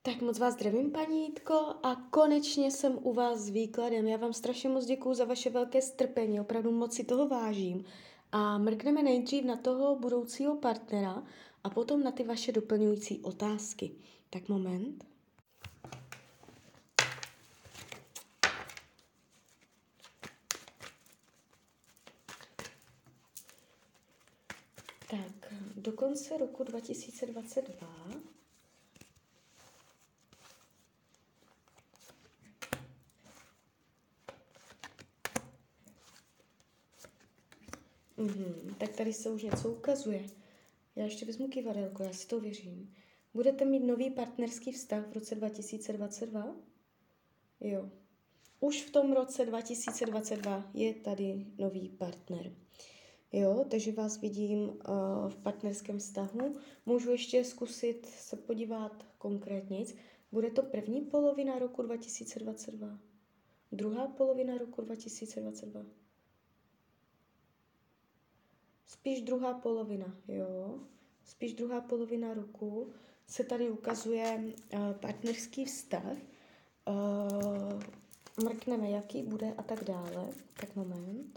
Tak moc vás zdravím, paní Jitko, a konečně jsem u vás s výkladem. Já vám strašně moc děkuju za vaše velké strpení, opravdu moc si toho vážím. A mrkneme nejdřív na toho budoucího partnera a potom na ty vaše doplňující otázky. Tak moment. Tak, do konce roku 2022 tak tady se už něco ukazuje. Já ještě vezmu kyvadelko, já si to věřím. Budete mít nový partnerský vztah v roce 2022? Jo. Už v tom roce 2022 je tady nový partner. Jo, takže vás vidím v partnerském vztahu. Můžu ještě zkusit se podívat konkrétně. Bude to první polovina roku 2022? Druhá polovina roku 2022? Spíš druhá polovina, jo. Spíš druhá polovina roku se tady ukazuje partnerský vztah. Mrkneme, jaký bude a tak dále. Tak moment.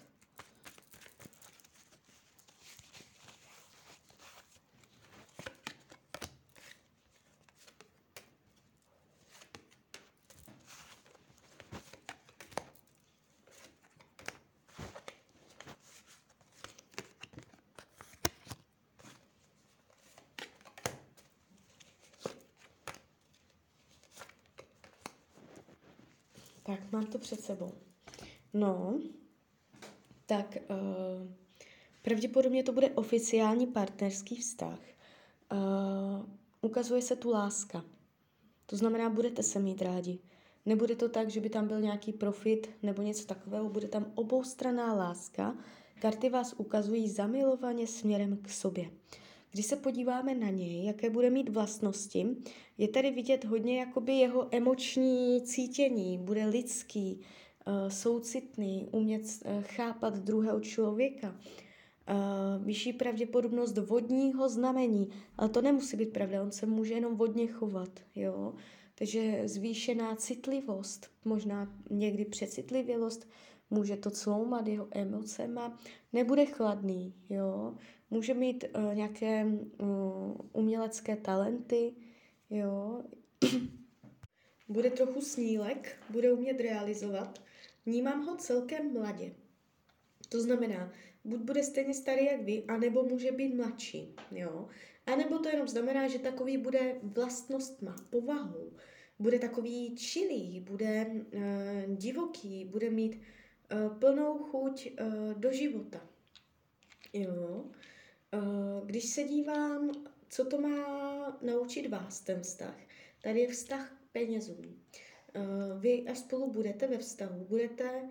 Tak, mám to před sebou. No, tak pravděpodobně to bude oficiální partnerský vztah. Ukazuje se tu láska. To znamená, budete se mít rádi. Nebude to tak, že by tam byl nějaký profit nebo něco takového, bude tam oboustranná láska. Karty vás ukazují zamilovaně směrem k sobě. Když se podíváme na něj, jaké bude mít vlastnosti, je tady vidět hodně jakoby jeho emoční cítění, bude lidský, soucitný, umět chápat druhého člověka. Vyšší pravděpodobnost vodního znamení, ale to nemusí být pravda, on se může jenom vodně chovat, jo. Takže zvýšená citlivost, možná někdy přecitlivělost, může to cloumat jeho emocema, nebude chladný, jo. Může mít nějaké umělecké talenty, jo. Bude trochu snílek, bude umět realizovat. Vnímám ho celkem mladě. To znamená, buď bude stejně starý jak vy, anebo může být mladší, jo. A nebo to jenom znamená, že takový bude vlastnostma, povahou. Bude takový čilý, bude divoký, bude mít plnou chuť do života. Jo. Když se dívám, co to má naučit vás, ten vztah. Tady je vztah k penězům. Vy, až spolu budete ve vztahu, budete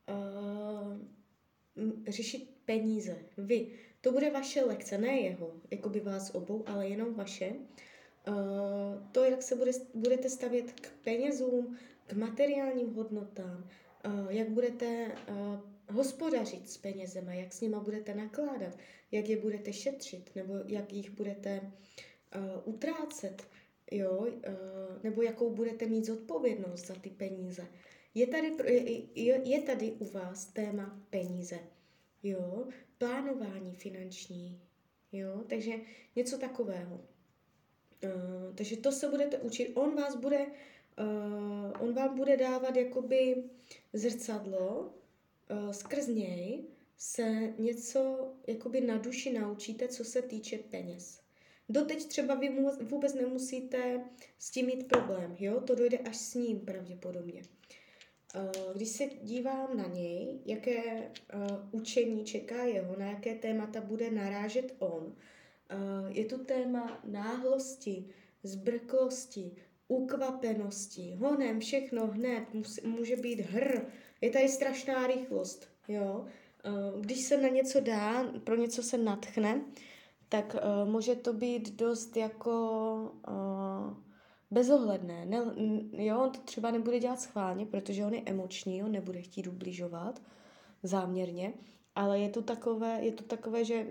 řešit peníze. Vy. To bude vaše lekce, ne jeho, jako by vás obou, ale jenom vaše. To, jak se budete stavět k penězům, k materiálním hodnotám, jak budete hospodařit s penězema, jak s nima budete nakládat, jak je budete šetřit, nebo jak jich budete utrácet, jo? Nebo jakou budete mít zodpovědnost za ty peníze. Je tady u vás téma peníze, jo? Plánování finanční, jo? Takže něco takového. Takže to se budete učit. On vám bude dávat jakoby zrcadlo, skrz něj se něco jakoby na duši naučíte, co se týče peněz. Doteď třeba vy vůbec nemusíte s tím mít problém, jo? To dojde až s ním pravděpodobně. Když se dívám na něj, jaké učení čeká jeho, na jaké témata bude narážet on, je tu téma náhlosti, zbrklosti, ukvapenosti, honem, všechno hned, může být je tady strašná rychlost, jo. Když se na něco dá, pro něco se nadchne, tak může to být dost jako bezohledné. Jo, on to třeba nebude dělat schválně, protože on je emoční, on nebude chtít ubližovat záměrně, ale je to takové, že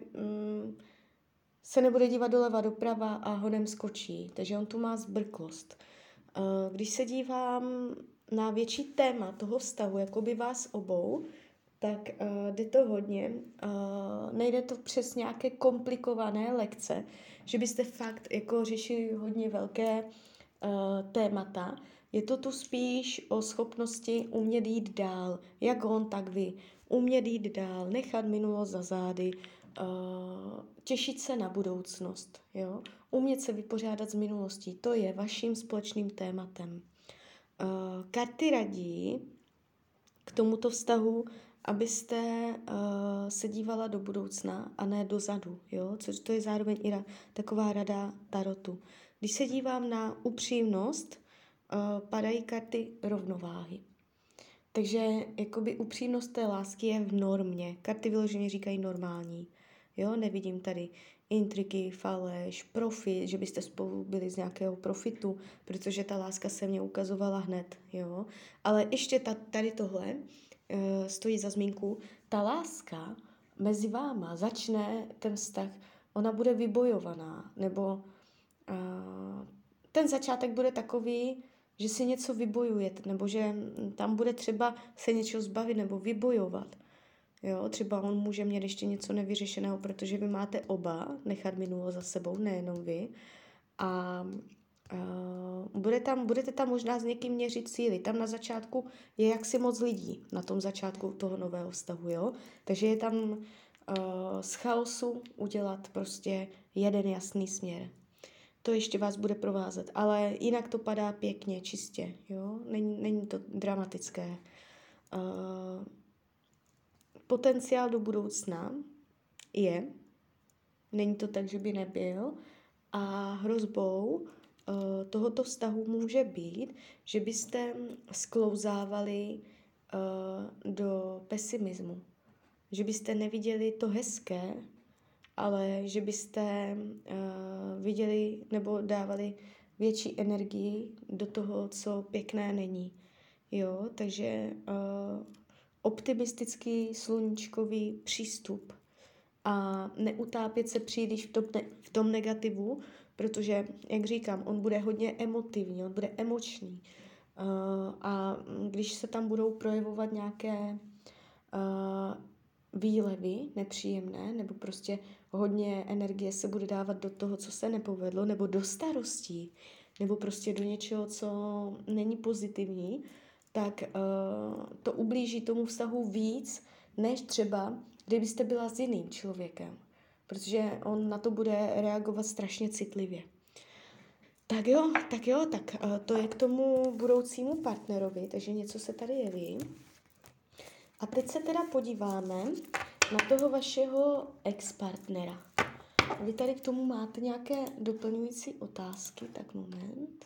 se nebude dívat doleva doprava a honem skočí, takže on tu má zbrklost. Když se dívám na větší téma toho vztahu, jako by vás obou, tak jde to hodně. Nejde to přes nějaké komplikované lekce, že byste fakt jako řešili hodně velké témata. Je to tu spíš o schopnosti umět jít dál, jak on, tak vy. Umět jít dál, nechat minulost za zády, těšit se na budoucnost, jo? Umět se vypořádat s minulostí, to je vaším společným tématem. Karty radí k tomuto vztahu, abyste se dívala do budoucna a ne dozadu, jo? Což to je zároveň i taková rada tarotu. Když se dívám na upřímnost, padají karty rovnováhy. Takže jakoby upřímnost té lásky je v normě. Karty vyloženě říkají normální. Jo, nevidím tady intriky, faleš, profit, že byste spolu byli z nějakého profitu, protože ta láska se mě ukazovala hned, jo. Ale ještě tady tohle stojí za zmínku. Ta láska mezi váma začne ten vztah, ona bude vybojovaná, nebo ten začátek bude takový, že si něco vybojujete, nebo že tam bude třeba se něčeho zbavit nebo vybojovat. Jo, třeba on může mít ještě něco nevyřešeného, protože vy máte oba nechat minulost za sebou, nejenom vy. A budete tam možná s někým měřit síly. Tam na začátku je jaksi moc lidí, na tom začátku toho nového vztahu, jo. Takže je tam z chaosu udělat prostě jeden jasný směr. To ještě vás bude provázet, ale jinak to padá pěkně, čistě, jo. Není to dramatické. Potenciál do budoucna je, není to tak, že by nebyl, a hrozbou tohoto vztahu může být, že byste sklouzávali do pesimismu, že byste neviděli to hezké, ale že byste viděli nebo dávali větší energii do toho, co pěkné není. Jo, takže optimistický, sluníčkový přístup a neutápět se příliš v tom negativu, protože, jak říkám, on bude hodně emotivní, on bude emoční. A když se tam budou projevovat nějaké výlevy nepříjemné, nebo prostě hodně energie se bude dávat do toho, co se nepovedlo, nebo do starostí, nebo prostě do něčeho, co není pozitivní, tak to ublíží tomu vztahu víc, než třeba, kdybyste byla s jiným člověkem. Protože on na to bude reagovat strašně citlivě. Tak to je k tomu budoucímu partnerovi, takže něco se tady jeví. A teď se teda podíváme na toho vašeho ex-partnera. Vy tady k tomu máte nějaké doplňující otázky, tak moment.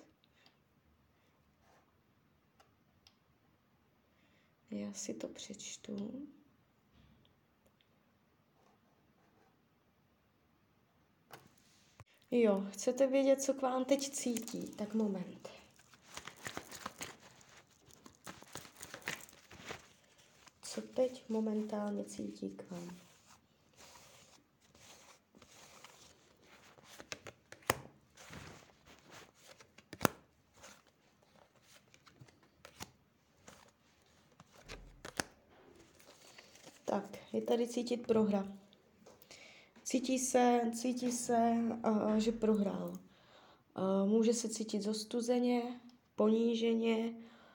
Já si to přečtu. Jo, chcete vědět, co k vám teď cítí? Tak moment. Co teď momentálně cítí k vám? Tak, je tady cítit prohra. Cítí se, že prohrál. Může se cítit zostuzeně, poníženě,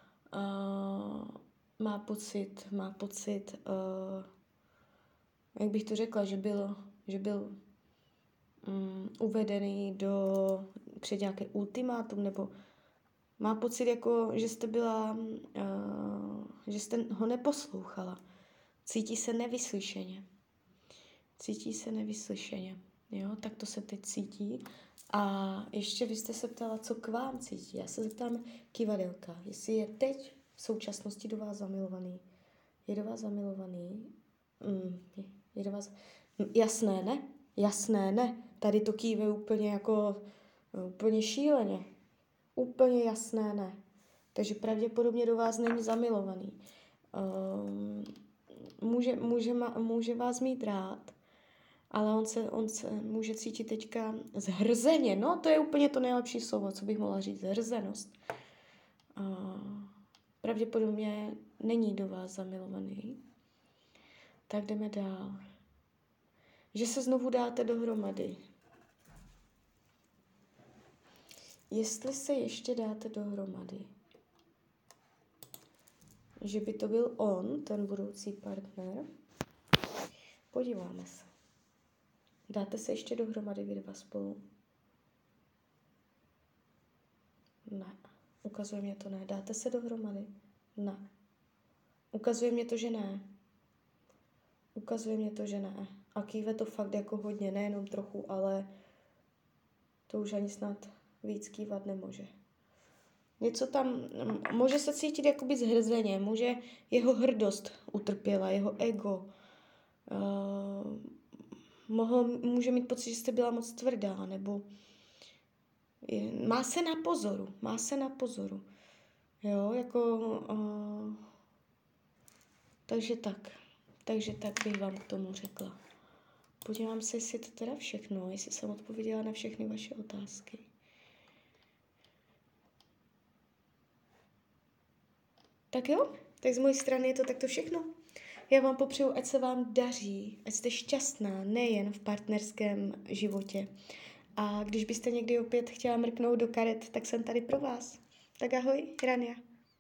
má pocit, jak bych to řekla, že byl uvedený před nějaké ultimátum, nebo má pocit, jako, že jste ho neposlouchala. Cítí se nevyslyšeně. Jo, tak to se teď cítí. A ještě vy jste se ptala, co k vám cítí. Já se zeptám kivadelka, jestli je teď v současnosti do vás zamilovaný. Je do vás zamilovaný? Je do vás... Jasné, ne. Tady to kýve úplně šíleně. Úplně jasné, ne. Takže pravděpodobně do vás není zamilovaný. Může vás mít rád, ale on se může cítit teďka zhrzeně. No, to je úplně to nejlepší slovo, co bych mohla říct. Zhrzenost. pravděpodobně není do vás zamilovaný. Tak jdeme dál. Že se znovu dáte dohromady. Jestli se ještě dáte dohromady, že by to byl on, ten budoucí partner, podíváme se. Dáte se ještě dohromady vy dva spolu? Ne. Ukazuje mě to ne. Dáte se dohromady? Ne. Ukazuje mě to, že ne. Ukazuje mě to, že ne. A kýve to fakt jako hodně, nejenom trochu, ale to už ani snad víc kývat nemůže. Něco tam, může se cítit jakoby zhrzeně, může jeho hrdost utrpěla, jeho ego. Může mít pocit, že jste byla moc tvrdá, nebo má se na pozoru. Jo, jako... Takže tak bych vám k tomu řekla. Podívám se, jestli to teda všechno, jestli jsem odpověděla na všechny vaše otázky. Tak jo, tak z mojí strany je to takto všechno. Já vám popřeju, ať se vám daří, ať jste šťastná, nejen v partnerském životě. A když byste někdy opět chtěla mrknout do karet, tak jsem tady pro vás. Tak ahoj, Rania.